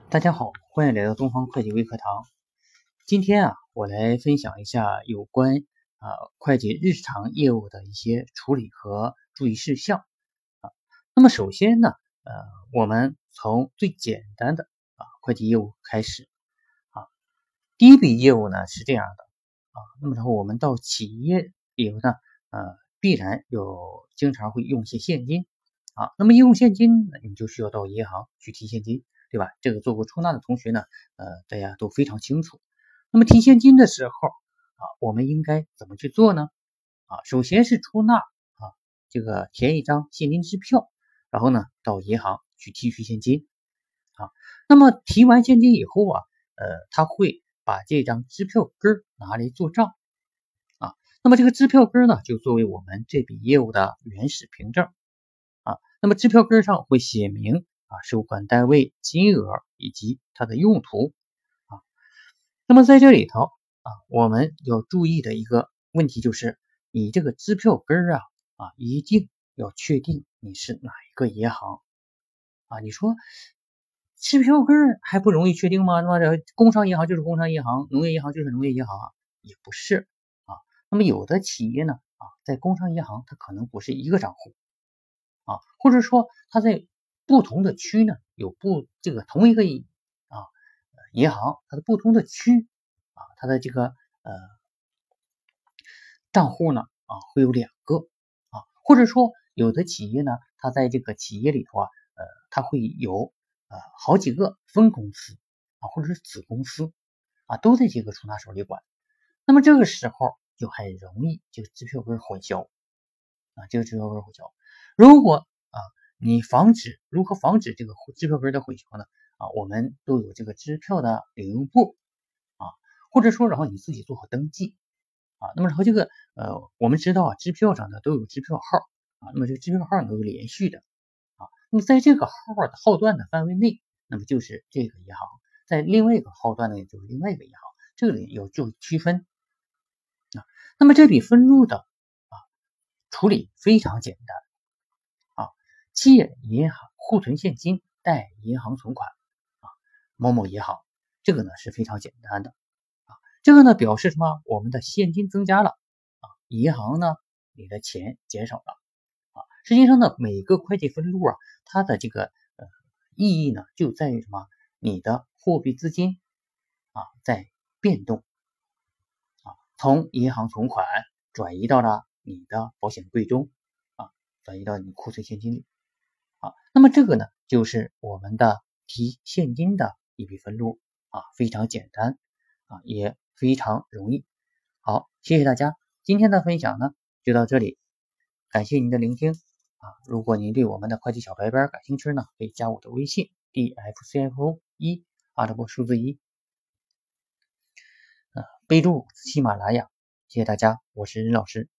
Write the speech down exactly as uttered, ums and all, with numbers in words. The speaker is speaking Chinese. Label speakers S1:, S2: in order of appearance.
S1: 大家好，欢迎来到东方会计微课堂。今天啊，我来分享一下有关啊会计日常业务的一些处理和注意事项啊。那么首先呢，呃，我们从最简单的啊会计业务开始啊。第一笔业务呢是这样的啊，那么然后我们到企业里头呢，呃，必然有经常会用一些现金啊。那么用现金，你就需要到银行去提现金。对吧？这个做过出纳的同学呢，呃，大家都非常清楚。那么提现金的时候啊，我们应该怎么去做呢？啊，首先是出纳啊，这个填一张现金支票，然后呢到银行去提取现金啊。那么提完现金以后啊，呃，他会把这张支票根拿来做账啊。那么这个支票根呢，就作为我们这笔业务的原始凭证啊。那么支票根上会写明啊，收款单位、金额以及它的用途啊。那么在这里头啊，我们要注意的一个问题就是，你这个支票根啊啊，一定要确定你是哪一个银行啊。你说支票根还不容易确定吗？那么工商银行就是工商银行，农业银行就是农业银行啊，也不是啊。那么有的企业呢啊，在工商银行它可能不是一个账户啊，或者说它在不同的区呢，有不这个同一个啊银行，它的不同的区啊，它的这个呃账户呢啊会有两个啊，或者说有的企业呢，它在这个企业里头啊，呃，它会有呃好几个分公司啊，或者是子公司啊，都在这个出纳手里管。那么这个时候就很容易这个支票根混淆啊，这个支票根混淆。如果啊你防止如何防止这个支票根的混淆呢？啊，我们都有这个支票的领用簿啊，或者说然后你自己做好登记啊。那么然后这个呃，我们知道啊，支票上呢都有支票号啊，那么这个支票号呢都是连续的啊。那么在这个号的号段的范围内，那么就是这个银行；在另外一个号段呢，就是另外一个银行。这里有就区分啊。那么这笔分录的啊处理非常简单啊，借银行户存现金，贷银行存款啊，某某银行，这个呢是非常简单的啊。这个呢表示什么？我们的现金增加了啊，银行呢你的钱减少了啊。实际上呢，每个会计分录啊，它的这个呃意义呢就在于什么？你的货币资金啊在变动啊，从银行存款转移到了你的保险柜中啊，转移到你库存现金里啊。那么这个呢，就是我们的提现金的一笔分录啊，非常简单啊，也非常容易。好，谢谢大家，今天的分享呢就到这里，感谢您的聆听啊。如果您对我们的会计小白班感兴趣呢，可以加我的微信 D F C F O 一阿拉伯数字一。备注喜马拉雅，谢谢大家，我是任老师。